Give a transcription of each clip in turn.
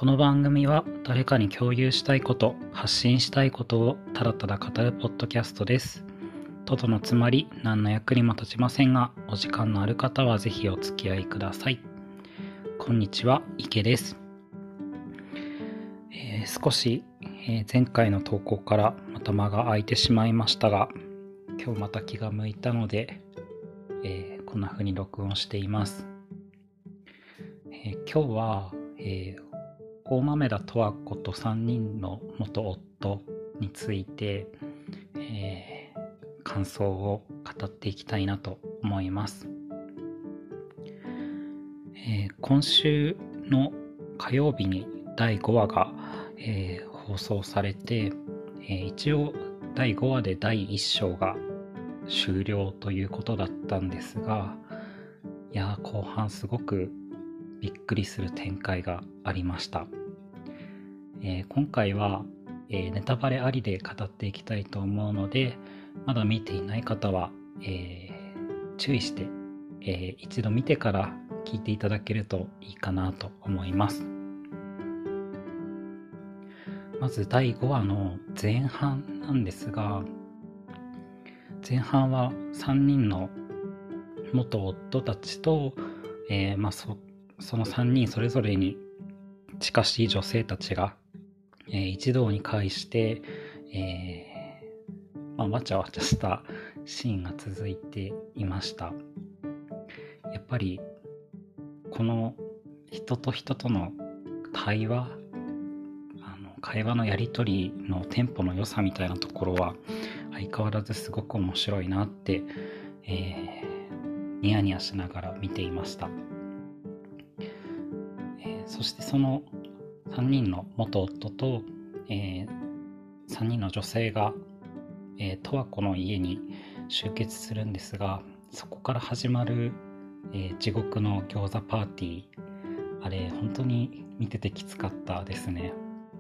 この番組は誰かに共有したいこと、発信したいことをただただ語るポッドキャストです。とどのつまり何の役にも立ちませんが、お時間のある方はぜひお付き合いください。こんにちは、池です。少し、前回の投稿からまた間が空いてしまいましたが、今日また気が向いたので、こんな風に録音しています。今日は、大豆田十和子と3人の元夫について、感想を語っていきたいなと思います。今週の火曜日に第5話が、放送されて、一応第5話で第1章が終了ということだったんですが、いや後半すごくびっくりする展開がありました。今回は、ネタバレありで語っていきたいと思うので、まだ見ていない方は、注意して、一度見てから聞いていただけるといいかなと思います。まず第5話の前半なんですが、前半は3人の元夫たちと、その3人それぞれに近しい女性たちが、一堂に会して、わちゃわちゃしたシーンが続いていました。やっぱりこの人と人との会話のやり取りのテンポの良さみたいなところは相変わらずすごく面白いなって、ニヤニヤしながら見ていました。そしてその3人の元夫と、3人の女性が、十和子の家に集結するんですが、そこから始まる、地獄の餃子パーティー、あれ本当に見ててきつかったですね。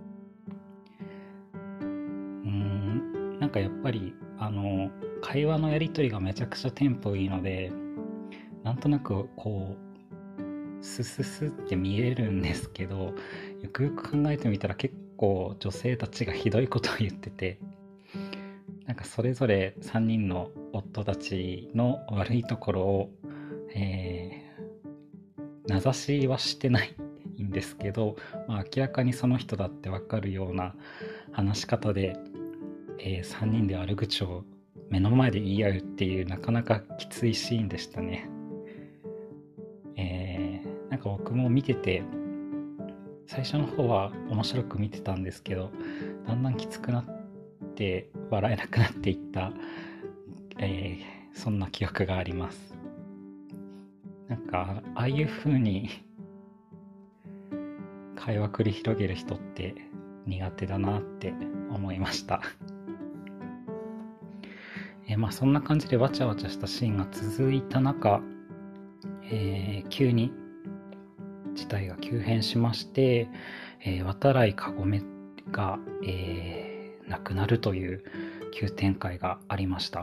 なんかやっぱり会話のやり取りがめちゃくちゃテンポいいので、なんとなくこうスススって見えるんですけど、よくよく考えてみたら結構女性たちがひどいことを言ってて、なんかそれぞれ3人の夫たちの悪いところを、名指しはしてないんですけど、明らかにその人だって分かるような話し方で、3人で悪口を目の前で言い合うっていう、なかなかきついシーンでしたね。なんか僕も見てて最初の方は面白く見てたんですけど、だんだんきつくなって笑えなくなっていった、そんな記憶があります。なんかああいう風に会話繰り広げる人って苦手だなって思いましたそんな感じでわちゃわちゃしたシーンが続いた中、急に事態が急変しまして、渡来かごめが、亡くなるという急展開がありました。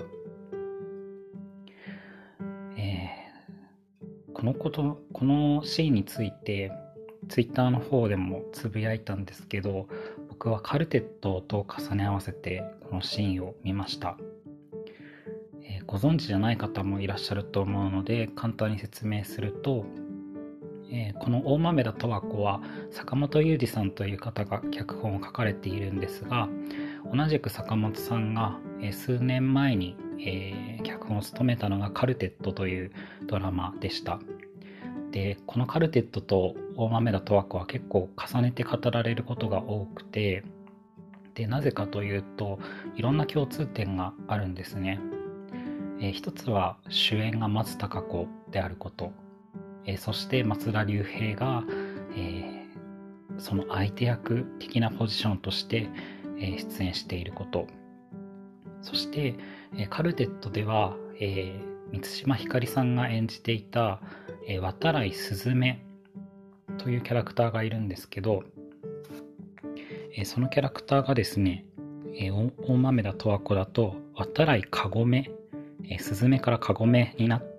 このシーンについてツイッターの方でもつぶやいたんですけど、僕はカルテットと重ね合わせてこのシーンを見ました。ご存知じゃない方もいらっしゃると思うので簡単に説明すると、この大豆田十和子は坂本雄二さんという方が脚本を書かれているんですが、同じく坂本さんが数年前に脚本を務めたのがカルテットというドラマでした。でこのカルテットと大豆田十和子は結構重ねて語られることが多くて、でなぜかというといろんな共通点があるんですね。一つは主演が松たか子であること、そして松田龍平が、その相手役的なポジションとして、出演していること、そして、カルテットでは、満島ひかりさんが演じていた、渡来すずめというキャラクターがいるんですけど、そのキャラクターがですね、大豆田十和子だと渡来かごめ、すずめからかごめになって、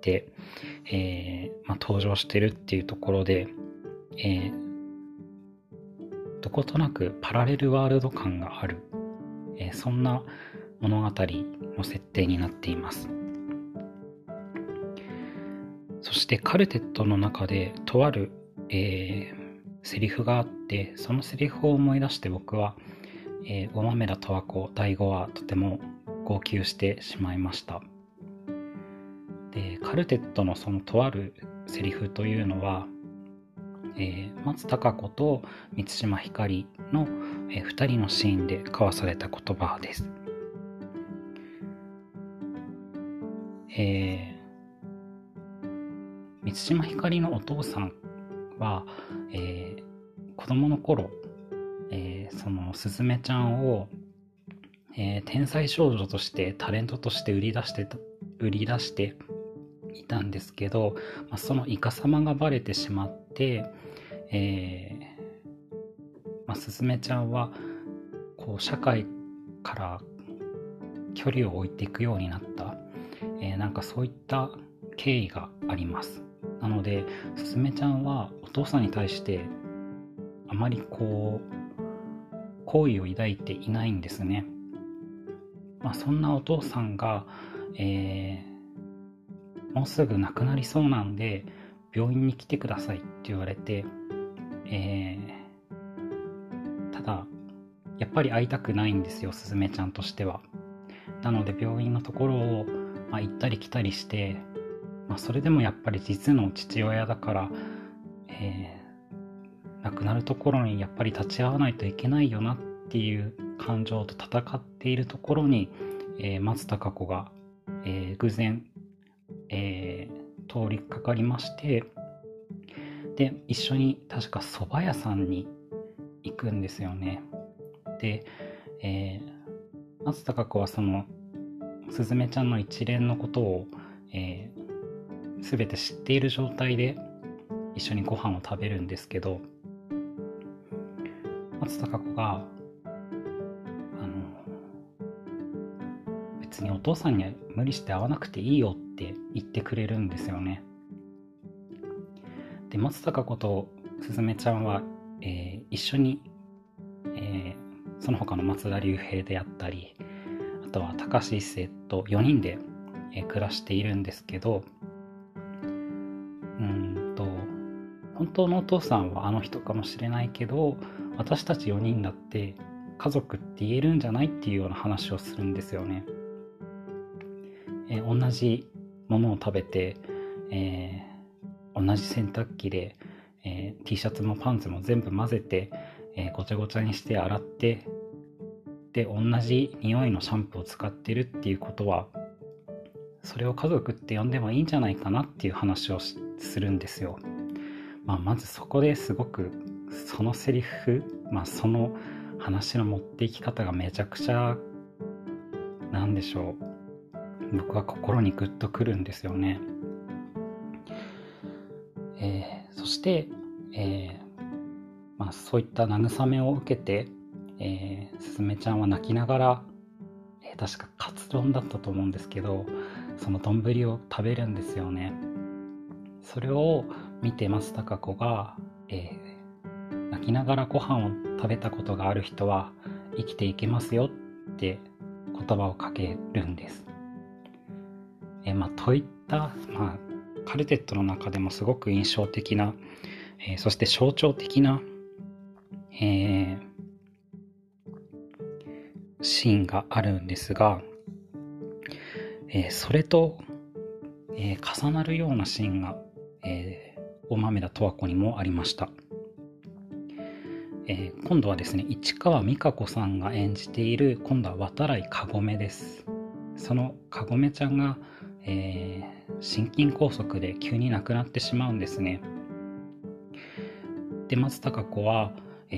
登場してるっていうところで、 どことなくパラレルワールド感がある、そんな物語の設定になっています。そしてカルテットの中でとある、セリフがあって、そのセリフを思い出して僕は、大豆田十和子第5話とても号泣してしまいました。でカルテットのそのとあるセリフというのは、松たか子と満島ひかりの、2人のシーンで交わされた言葉です。満島ひかりのお父さんは、子供の頃、そのすずめちゃんを、天才少女としてタレントとして売り出していたんですけど、そのイカサマがバレてしまって、すずめちゃんはこう社会から距離を置いていくようになった、なんかそういった経緯があります。なのですずめちゃんはお父さんに対してあまりこう好意を抱いていないんですね。そんなお父さんが、もうすぐ亡くなりそうなんで病院に来てくださいって言われて、ただやっぱり会いたくないんですよ、すずめちゃんとしては。なので病院のところを、行ったり来たりして、それでもやっぱり実の父親だから、亡くなるところにやっぱり立ち会わないといけないよなっていう感情と戦っているところに、松たか子が、偶然、通りかかりまして、で一緒に確か蕎麦屋さんに行くんですよね。で、松たか子はそのすずめちゃんの一連のことを、全て知っている状態で一緒にご飯を食べるんですけど、松たか子が別にお父さんには無理して会わなくていいよって言ってくれるんですよね。で松たか子とすずめちゃんは、一緒に、その他の松田龍平であったり、あとは高橋一生と4人で、暮らしているんですけど、本当のお父さんはあの人かもしれないけど、私たち4人だって家族って言えるんじゃないっていうような話をするんですよね。同じものを食べて、同じ洗濯機で、T シャツもパンツも全部混ぜて、ごちゃごちゃにして洗って、で同じ匂いのシャンプーを使ってるっていうことは、それを家族って呼んでもいいんじゃないかなっていう話をするんですよ。まずそこですごくそのセリフ、その話の持っていき方がめちゃくちゃなんでしょう、僕は心にグッとくるんですよね。そして、そういった慰めを受けて、すずめちゃんは泣きながら、確かカツ丼だったと思うんですけど、その丼を食べるんですよね。それを見て松たか子が、泣きながらご飯を食べたことがある人は生きていけますよって言葉をかけるんです。といった、カルテットの中でもすごく印象的な、そして象徴的な、シーンがあるんですが、それと、重なるようなシーンが、大豆田十和子にもありました。今度はですね、市川実日子さんが演じている、今度は渡来かごめです。そのかごめちゃんが、心筋梗塞で急に亡くなってしまうんですね。で松たか子は、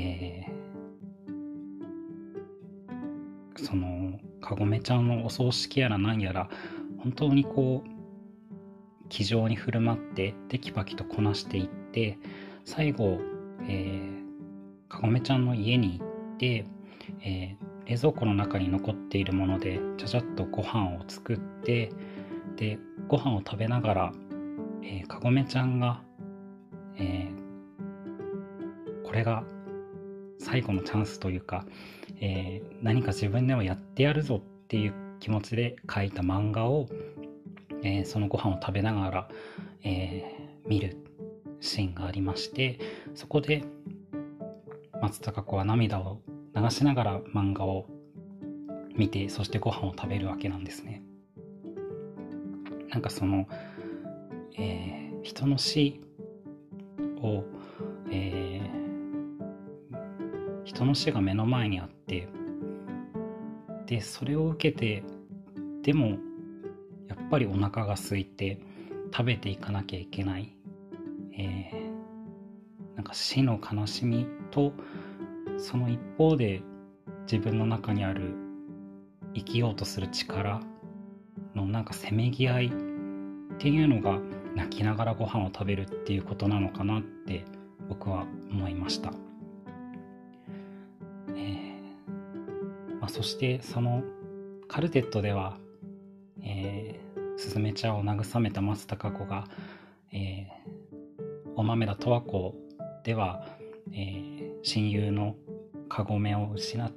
そのかごめちゃんのお葬式やら何やら本当にこう気丈に振る舞ってテキパキとこなしていって、最後、かごめちゃんの家に行って、冷蔵庫の中に残っているものでちゃちゃっとご飯を作って、でご飯を食べながら、かごめちゃんが、これが最後のチャンスというか、何か自分でもやってやるぞっていう気持ちで描いた漫画を、そのご飯を食べながら、見るシーンがありまして、そこで松たか子は涙を流しながら漫画を見て、そしてご飯を食べるわけなんですね。なんかその、人の死を、人の死が目の前にあって、でそれを受けて、でもやっぱりお腹が空いて食べていかなきゃいけない、なんか死の悲しみと、その一方で自分の中にある生きようとする力のなんかせめぎ合いっていうのが、泣きながらご飯を食べるっていうことなのかなって僕は思いました。そしてそのカルテットでは、すずめちゃんを慰めた松たか子が、お豆田十和子では、親友のかごめを失って、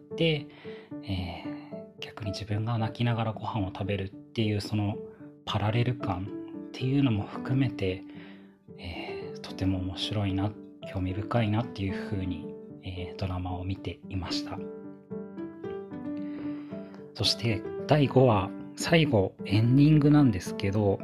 逆に自分が泣きながらご飯を食べるっていう、そのパラレル感っていうのも含めて、とても面白いな、興味深いなっていうふうに、ドラマを見ていました。そして第5話最後エンディングなんですけど、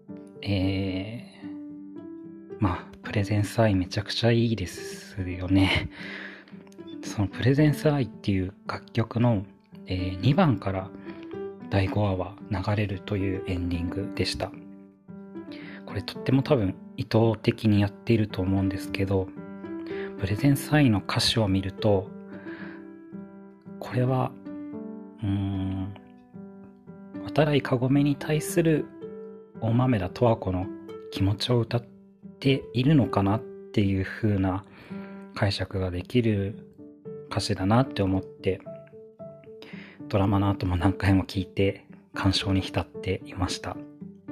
プレゼンスアイめちゃくちゃいいですよね。そのプレゼンスアイっていう楽曲の、2番から第5話は流れるというエンディングでした。これとっても多分意図的にやっていると思うんですけど、プレゼンスアイの歌詞を見ると、これは渡来かごめに対する大豆田十和子の気持ちを歌っているのかなっていう風な解釈ができる歌詞だなって思って、ドラマの後も何回も聞いて感傷に浸っていました。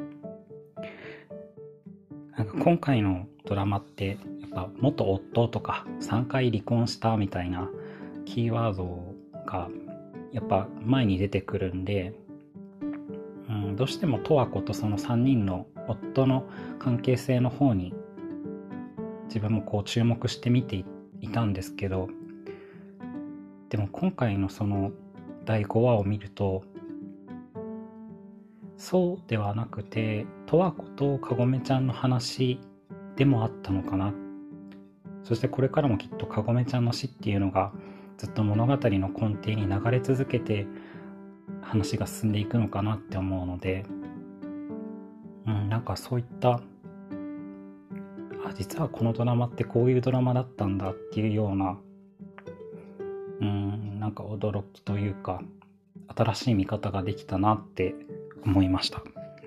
なんか今回のドラマってやっぱ元夫とか3回離婚したみたいなキーワードがやっぱ前に出てくるんで、どうしても十和子とその3人の夫の関係性の方に自分もこう注目して見ていたんですけど、でも今回のその第5話を見ると、そうではなくて十和子とかごめちゃんの話でもあったのかな。そしてこれからもきっとかごめちゃんの死っていうのがずっと物語の根底に流れ続けて話が進んでいくのかなって思うので、なんかそういった実はこのドラマってこういうドラマだったんだっていうような、なんか驚きというか新しい見方ができたなって思いました。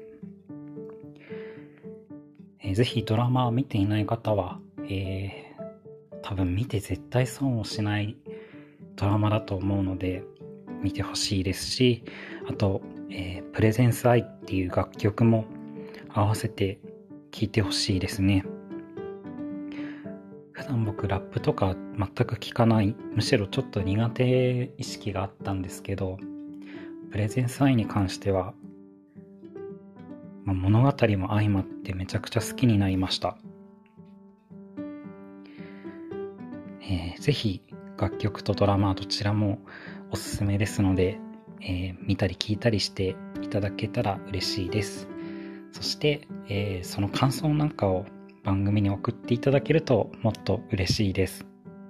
ぜひドラマを見ていない方は、多分見て絶対損をしないドラマだと思うので見てほしいですし、あと、プレゼンスアイっていう楽曲も合わせて聴いてほしいですね。普段僕ラップとか全く聴かない、むしろちょっと苦手意識があったんですけど、プレゼンスアイに関しては、物語も相まってめちゃくちゃ好きになりました。ぜひ楽曲とドラマどちらもおすすめですので、見たり聞いたりしていただけたら嬉しいです。そして、その感想なんかを番組に送っていただけるともっと嬉しいです。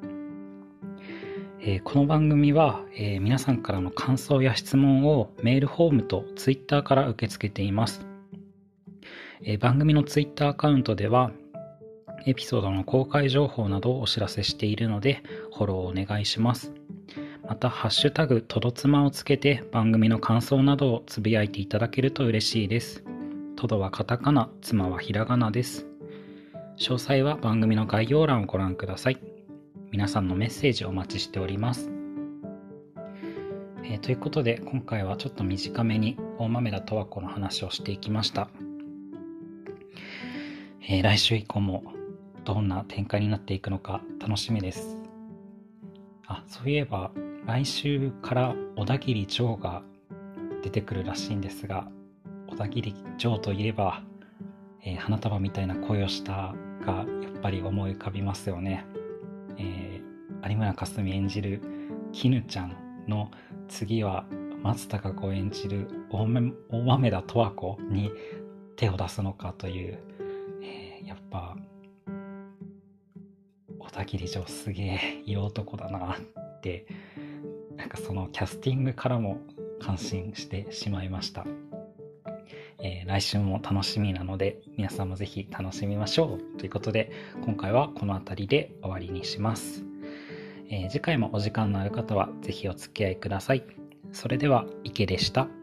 この番組は、皆さんからの感想や質問をメールフォームとツイッターから受け付けています。番組のツイッターアカウントではエピソードの公開情報などをお知らせしているのでフォローお願いします。またハッシュタグとどつまをつけて番組の感想などをつぶやいていただけると嬉しいです。とどはカタカナ、つまはひらがなです。詳細は番組の概要欄をご覧ください。皆さんのメッセージをお待ちしております。ということで今回はちょっと短めに大豆田十和子の話をしていきました。来週以降もどんな展開になっていくのか楽しみです。 そういえば来週から小田切丈が出てくるらしいんですが、小田切丈といえば、花束みたいな恋をしたがやっぱり思い浮かびますよね。有村架純演じる絹ちゃんの次は松たか子演じる大豆田十和子に手を出すのかという、やっぱ小田切丈すげえ色男だなって、なんかそのキャスティングからも感心してしまいました。来週も楽しみなので皆さんもぜひ楽しみましょうということで、今回はこの辺りで終わりにします。次回もお時間のある方はぜひお付き合いください。それでは池でした。